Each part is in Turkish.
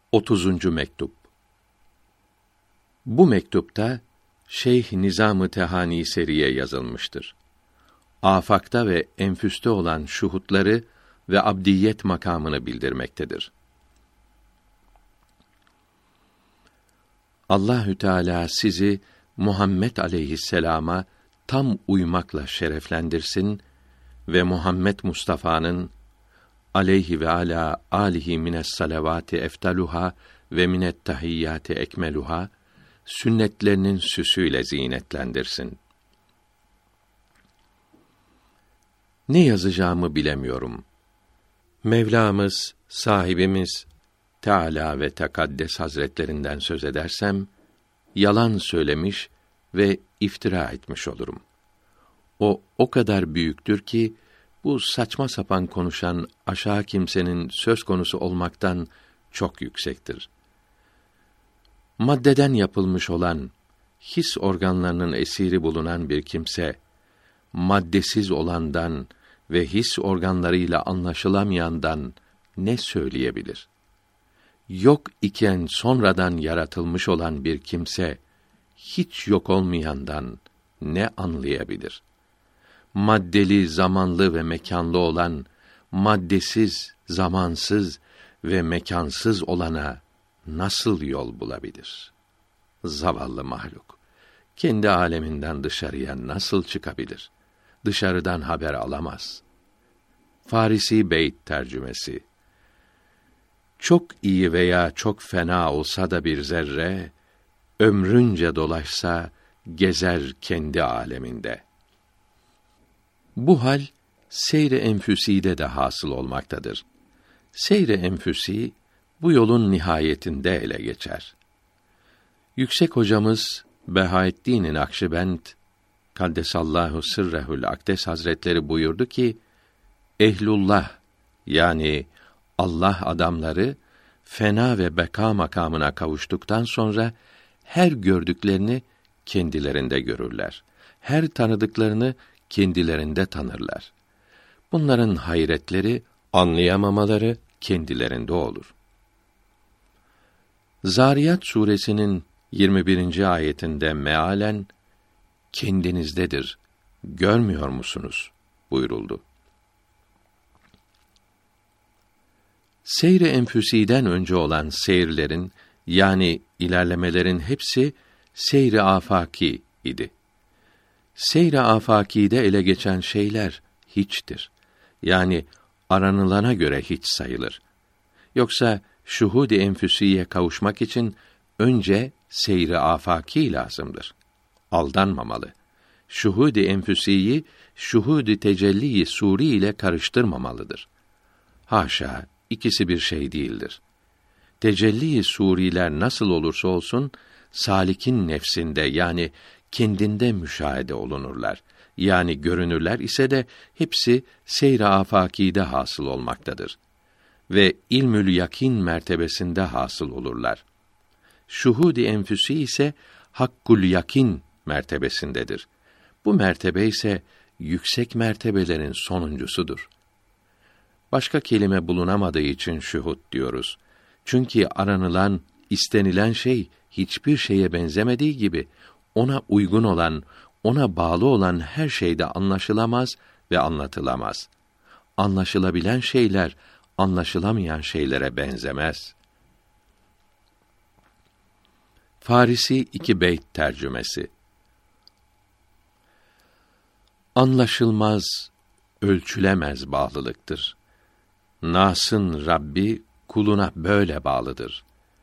30. mektup. Bu mektupta Şeyh Nizam-ı Tehani Seri'ye yazılmıştır. Afakta ve enfüste olan şuhutları ve abdiyet makamını bildirmektedir. Allahü Teala sizi Muhammed aleyhisselama tam uymakla şereflendirsin ve Muhammed Mustafa'nın aleyhi ve ala alihi mines salavati eftaluha ve minet tahiyyati ekmeluha sünnetlerinin süsüyle zinetlendirsin. Ne yazacağımı bilemiyorum. Mevlamız, sahibimiz Teala ve Tekaddes Hazretlerinden söz edersem yalan söylemiş ve iftira etmiş olurum. O kadar büyüktür ki bu saçma sapan konuşan aşağı kimsenin söz konusu olmaktan çok yüksektir. Maddeden yapılmış olan, his organlarının esiri bulunan bir kimse, maddesiz olandan ve his organlarıyla anlaşılamayandan ne söyleyebilir? Yok iken sonradan yaratılmış olan bir kimse, hiç yok olmayandan ne anlayabilir? Maddeli, zamanlı ve mekanlı olan, maddesiz, zamansız ve mekansız olana nasıl yol bulabilir? Zavallı mahluk, kendi aleminden dışarıya nasıl çıkabilir? Dışarıdan haber alamaz. Farisi Beyt tercümesi. Çok iyi veya çok fena olsa da bir zerre, ömrünce dolaşsa, gezer kendi aleminde. Bu hal, seyr-i enfüsîde de hasıl olmaktadır. Seyr-i enfüsî, bu yolun nihayetinde ele geçer. Yüksek hocamız Behaeddin Nakşibend Kaddesallahu sırrehül akdes Hazretleri buyurdu ki, ehlullah yani Allah adamları fena ve beka makamına kavuştuktan sonra her gördüklerini kendilerinde görürler. Her tanıdıklarını kendilerinde tanırlar. Bunların hayretleri, anlayamamaları kendilerinde olur. Zariyat suresinin 21. ayetinde mealen kendinizdedir, görmüyor musunuz buyuruldu. Seyr-i enfüsiden önce olan seyirlerin yani ilerlemelerin hepsi seyr-i afaki idi. Seyr-i afakide ele geçen şeyler hiçtir. Yani aranılana göre hiç sayılır. Yoksa şuhud-i enfüsiye kavuşmak için önce seyr-i afaki lazımdır. Aldanmamalı. Şuhud-i enfüsiyi şuhud-i tecelli-i suri ile karıştırmamalıdır. Haşa, ikisi bir şey değildir. Tecelli-i suriler nasıl olursa olsun salikin nefsinde yani kendinde müşahede olunurlar. Yani görünürler ise de hepsi seyr-i afakide hasıl olmaktadır. Ve ilmül yakin mertebesinde hasıl olurlar. Şuhud-i enfüsi ise hakkul yakin mertebesindedir. Bu mertebe ise yüksek mertebelerin sonuncusudur. Başka kelime bulunamadığı için şuhud diyoruz. Çünkü aranılan, istenilen şey hiçbir şeye benzemediği gibi ona uygun olan, ona bağlı olan her şeyde anlaşılamaz ve anlatılamaz. Anlaşılabilen şeyler anlaşılamayan şeylere benzemez. Farisi 2 Beyt tercümesi. Anlaşılmaz, ölçülemez bağlılıktır. Nas'ın Rabbi kuluna böyle bağlıdır.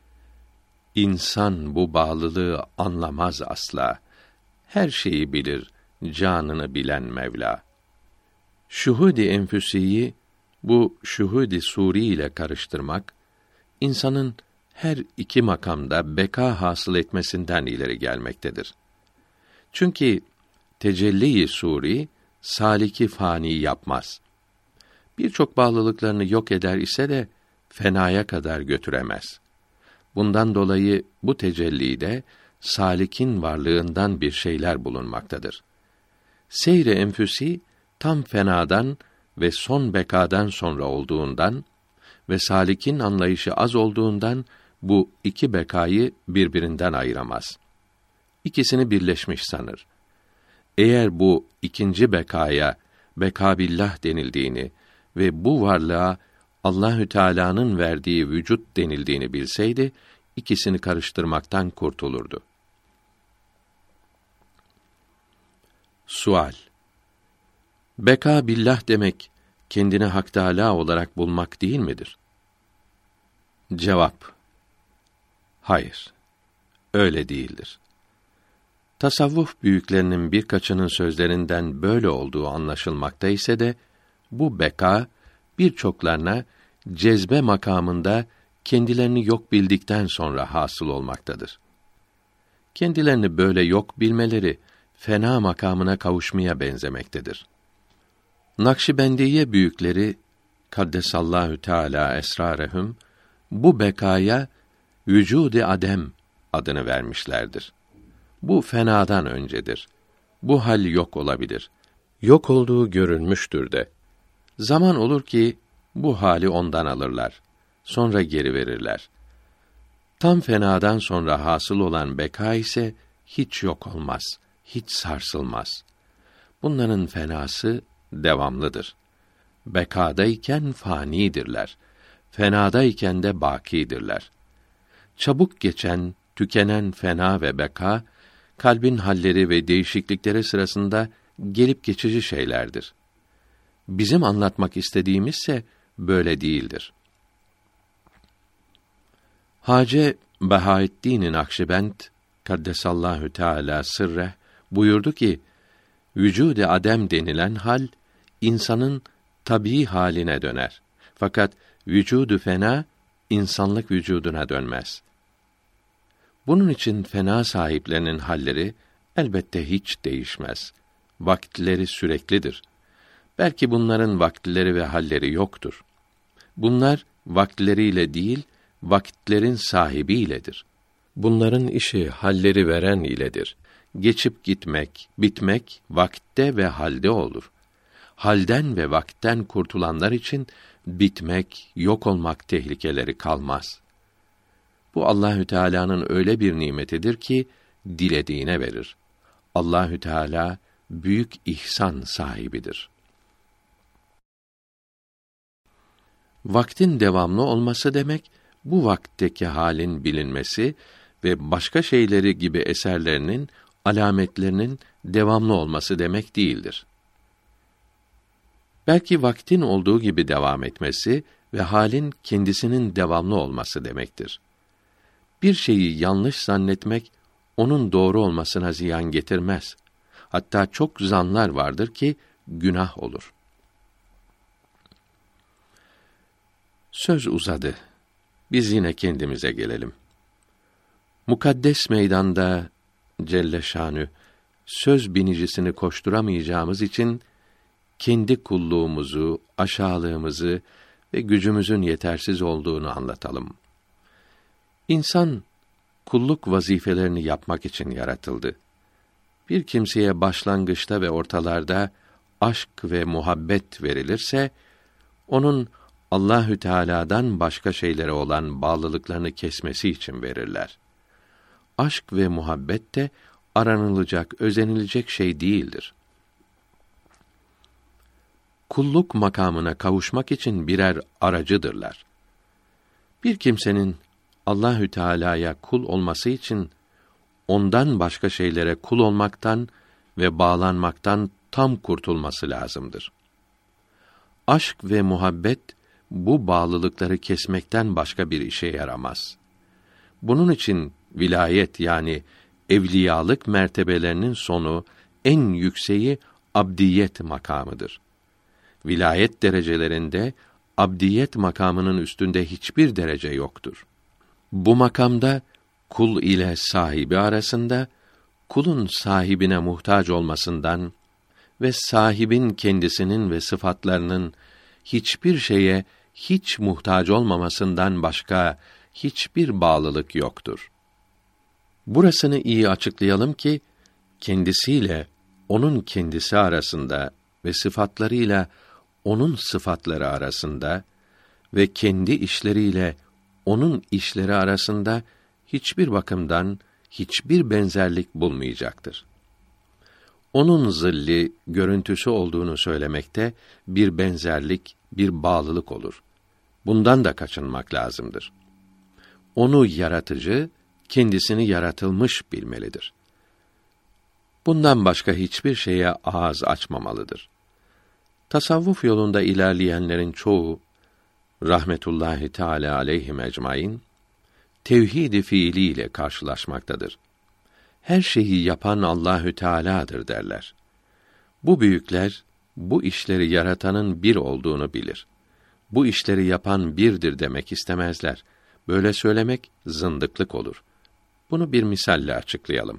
İnsan bu bağlılığı anlamaz asla. Her şeyi bilir, canını bilen Mevla. Şuhud-i enfüsiyi bu şuhud-i suri ile karıştırmak, insanın her iki makamda beka hasıl etmesinden ileri gelmektedir. Çünkü tecelli-i suri saliki fani yapmaz. Birçok bağlılıklarını yok eder ise de fenaya kadar götüremez. Bundan dolayı bu tecellide salikin varlığından bir şeyler bulunmaktadır. Seyr-i enfüsi tam fenadan ve son bekadan sonra olduğundan ve salikin anlayışı az olduğundan bu iki bekayı birbirinden ayıramaz. İkisini birleşmiş sanır. Eğer bu ikinci bekaya bekabillah denildiğini ve bu varlığa Allahü Teala'nın verdiği vücut denildiğini bilseydi, ikisini karıştırmaktan kurtulurdu. Sual: Beka billah demek, kendini Hak Teâlâ olarak bulmak değil midir? Cevap: Hayır, öyle değildir. Tasavvuf büyüklerinin birkaçının sözlerinden böyle olduğu anlaşılmakta ise de, bu beka, birçoklarına cezbe makamında kendilerini yok bildikten sonra hasıl olmaktadır. Kendilerini böyle yok bilmeleri, fena makamına kavuşmaya benzemektedir. Nakşibendiye büyükleri, Kaddesallahu Teâlâ esrarehum, bu bekaya vücud-i adem adını vermişlerdir. Bu fenadan öncedir. Bu hal yok olabilir. Yok olduğu görülmüştür de. Zaman olur ki bu hali ondan alırlar. Sonra geri verirler. Tam fenadan sonra hasıl olan beka ise hiç yok olmaz, hiç sarsılmaz. Bunların fenası devamlıdır. Bekadayken fanidirler. Fenadayken de bakidirler. Çabuk geçen, tükenen fena ve beka, kalbin halleri ve değişiklikleri sırasında gelip geçici şeylerdir. Bizim anlatmak istediğimizse böyle değildir. Hâce Behaeddin Nakşibend Kaddesallahu Teâlâ sırreh buyurdu ki, vücud-i adem denilen hal insanın tabii haline döner. Fakat vücud-u fena insanlık vücuduna dönmez. Bunun için fena sahiplerinin halleri elbette hiç değişmez. Vakitleri süreklidir. Belki bunların vakitleri ve halleri yoktur. Bunlar vaktleriyle değil, vakitlerin sahibiyledir. Bunların işi halleri veren iledir. Geçip gitmek, bitmek vakitte ve halde olur. Halden ve vakitten kurtulanlar için bitmek, yok olmak tehlikeleri kalmaz. Bu Allahü Teala'nın öyle bir nimetidir ki dilediğine verir. Allahü Teala büyük ihsan sahibidir. Vaktin devamlı olması demek, bu vakitteki halin bilinmesi ve başka şeyleri gibi eserlerinin, alametlerinin devamlı olması demek değildir. Belki vaktin olduğu gibi devam etmesi ve halin kendisinin devamlı olması demektir. Bir şeyi yanlış zannetmek, onun doğru olmasına ziyan getirmez. Hatta çok zanlar vardır ki, günah olur. Söz uzadı. Biz yine kendimize gelelim. Mukaddes meydanda Celle Şanü söz binicisini koşturamayacağımız için kendi kulluğumuzu, aşağılığımızı ve gücümüzün yetersiz olduğunu anlatalım. İnsan kulluk vazifelerini yapmak için yaratıldı. Bir kimseye başlangıçta ve ortalarda aşk ve muhabbet verilirse, onun Allahü Teala'dan başka şeylere olan bağlılıklarını kesmesi için verirler. Aşk ve muhabbet de aranılacak, özenilecek şey değildir. Kulluk makamına kavuşmak için birer aracıdırlar. Bir kimsenin Allahü Teala'ya kul olması için ondan başka şeylere kul olmaktan ve bağlanmaktan tam kurtulması lazımdır. Aşk ve muhabbet bu bağlılıkları kesmekten başka bir işe yaramaz. Bunun için vilayet yani evliyalık mertebelerinin sonu, en yükseği abdiyet makamıdır. Vilayet derecelerinde abdiyet makamının üstünde hiçbir derece yoktur. Bu makamda kul ile sahibi arasında, kulun sahibine muhtaç olmasından ve sahibin kendisinin ve sıfatlarının hiçbir şeye hiç muhtaç olmamasından başka hiçbir bağlılık yoktur. Burasını iyi açıklayalım ki, kendisiyle onun kendisi arasında ve sıfatlarıyla onun sıfatları arasında ve kendi işleriyle onun işleri arasında hiçbir bakımdan hiçbir benzerlik bulmayacaktır. Onun zilli, görüntüsü olduğunu söylemekte bir benzerlik, bir bağlılık olur. Bundan da kaçınmak lazımdır. Onu yaratıcı, kendisini yaratılmış bilmelidir. Bundan başka hiçbir şeye ağız açmamalıdır. Tasavvuf yolunda ilerleyenlerin çoğu, rahmetullahi teâlâ aleyhim ecmaîn, tevhid-i fiiliyle karşılaşmaktadır. Her şeyi yapan Allahü Teala'dır derler. Bu büyükler, bu işleri yaratanın bir olduğunu bilir. Bu işleri yapan birdir demek istemezler. Böyle söylemek zındıklık olur. Bunu bir misalle açıklayalım.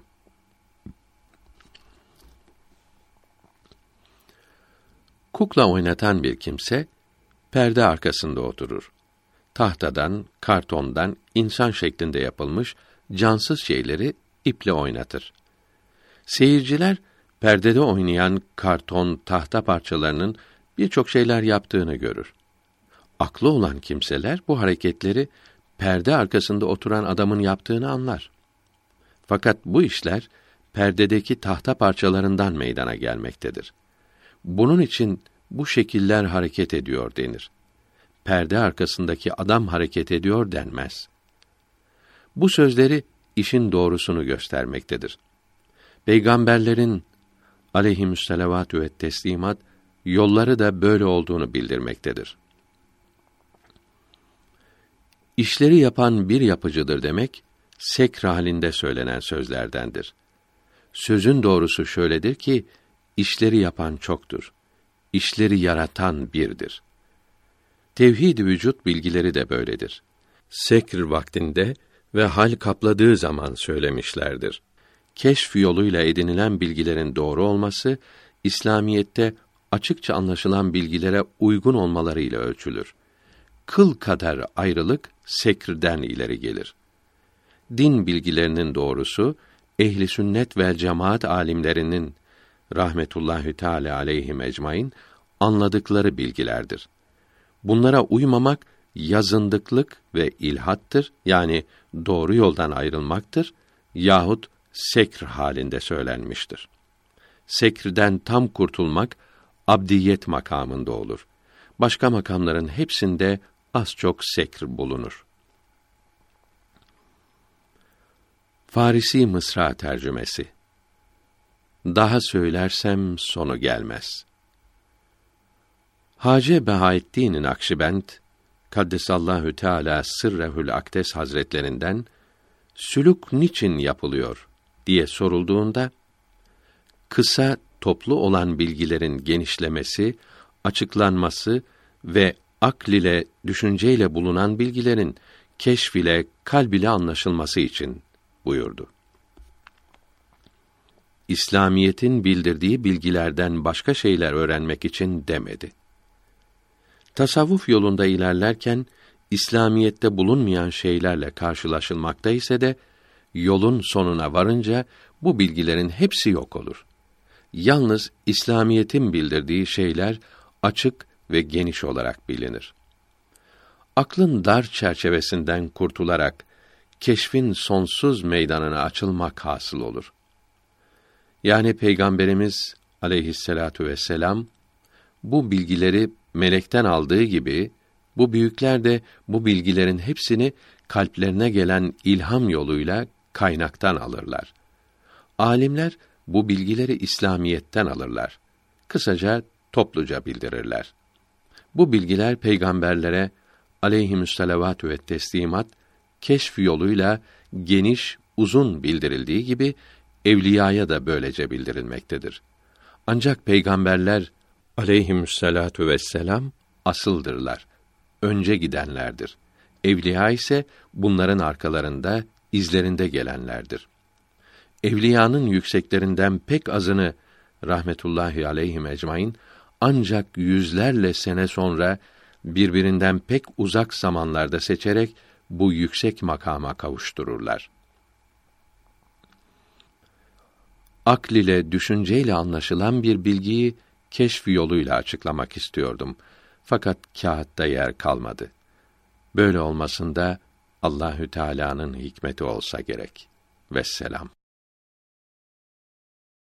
Kukla oynatan bir kimse, perde arkasında oturur. Tahtadan, kartondan, insan şeklinde yapılmış cansız şeyleri iple oynatır. Seyirciler, perdede oynayan karton, tahta parçalarının birçok şeyler yaptığını görür. Aklı olan kimseler bu hareketleri perde arkasında oturan adamın yaptığını anlar. Fakat bu işler perdedeki tahta parçalarından meydana gelmektedir. Bunun için bu şekiller hareket ediyor denir. Perde arkasındaki adam hareket ediyor denmez. Bu sözleri işin doğrusunu göstermektedir. Peygamberlerin aleyhimüsselavatü ve teslimat yolları da böyle olduğunu bildirmektedir. İşleri yapan bir yapıcıdır demek, sekr halinde söylenen sözlerdendir. Sözün doğrusu şöyledir ki, işleri yapan çoktur. İşleri yaratan birdir. Tevhid-i vücut bilgileri de böyledir. Sekr vaktinde ve hal kapladığı zaman söylemişlerdir. Keşf yoluyla edinilen bilgilerin doğru olması, İslamiyette açıkça anlaşılan bilgilere uygun olmalarıyla ölçülür. Kıl kadar ayrılık sekrden ileri gelir. Din bilgilerinin doğrusu, ehli sünnet vel cemaat alimlerinin rahmetullahi teâlâ aleyhim ecmaîn anladıkları bilgilerdir. Bunlara uymamak yazındıklık ve ilhattır, yani doğru yoldan ayrılmaktır yahut sekr halinde söylenmiştir. Sekrden tam kurtulmak abdiyet makamında olur. Başka makamların hepsinde az çok sekr bulunur. Farisi Mısra tercümesi. Daha söylersem sonu gelmez. Hacı Behaettin Nakşibend Kaddesallahu Teala sırrehül akdes hazretlerinden sülûk niçin yapılıyor diye sorulduğunda kısa toplu olan bilgilerin genişlemesi, açıklanması ve akl ile düşünceyle bulunan bilgilerin keşf ile kalb ile anlaşılması için buyurdu. İslamiyetin bildirdiği bilgilerden başka şeyler öğrenmek için demedi. Tasavvuf yolunda ilerlerken İslamiyette bulunmayan şeylerle karşılaşılmakta ise de yolun sonuna varınca bu bilgilerin hepsi yok olur. Yalnız İslamiyetin bildirdiği şeyler açık ve geniş olarak bilinir. Aklın dar çerçevesinden kurtularak keşfin sonsuz meydanına açılmak hasıl olur. Yani Peygamberimiz aleyhisselatu vesselam bu bilgileri melekten aldığı gibi bu büyükler de bu bilgilerin hepsini kalplerine gelen ilham yoluyla kaynaktan alırlar. Alimler bu bilgileri İslamiyetten alırlar. Kısaca topluca bildirirler. Bu bilgiler peygamberlere aleyhimüsselavatü ve teslimat keşf yoluyla geniş, uzun bildirildiği gibi evliyaya da böylece bildirilmektedir. Ancak peygamberler aleyhimüsselatu vesselam asıldırlar. Önce gidenlerdir. Evliya ise bunların arkalarında, izlerinde gelenlerdir. Evliyanın yükseklerinden pek azını rahmetullahi aleyhim ecmaîn ancak yüzlerle sene sonra birbirinden pek uzak zamanlarda seçerek bu yüksek makama kavuştururlar. Akl ile düşünceyle anlaşılan bir bilgiyi keşf yoluyla açıklamak istiyordum. Fakat kâğıtta yer kalmadı. Böyle olmasında Allahü Teala'nın hikmeti olsa gerek. Vesselam.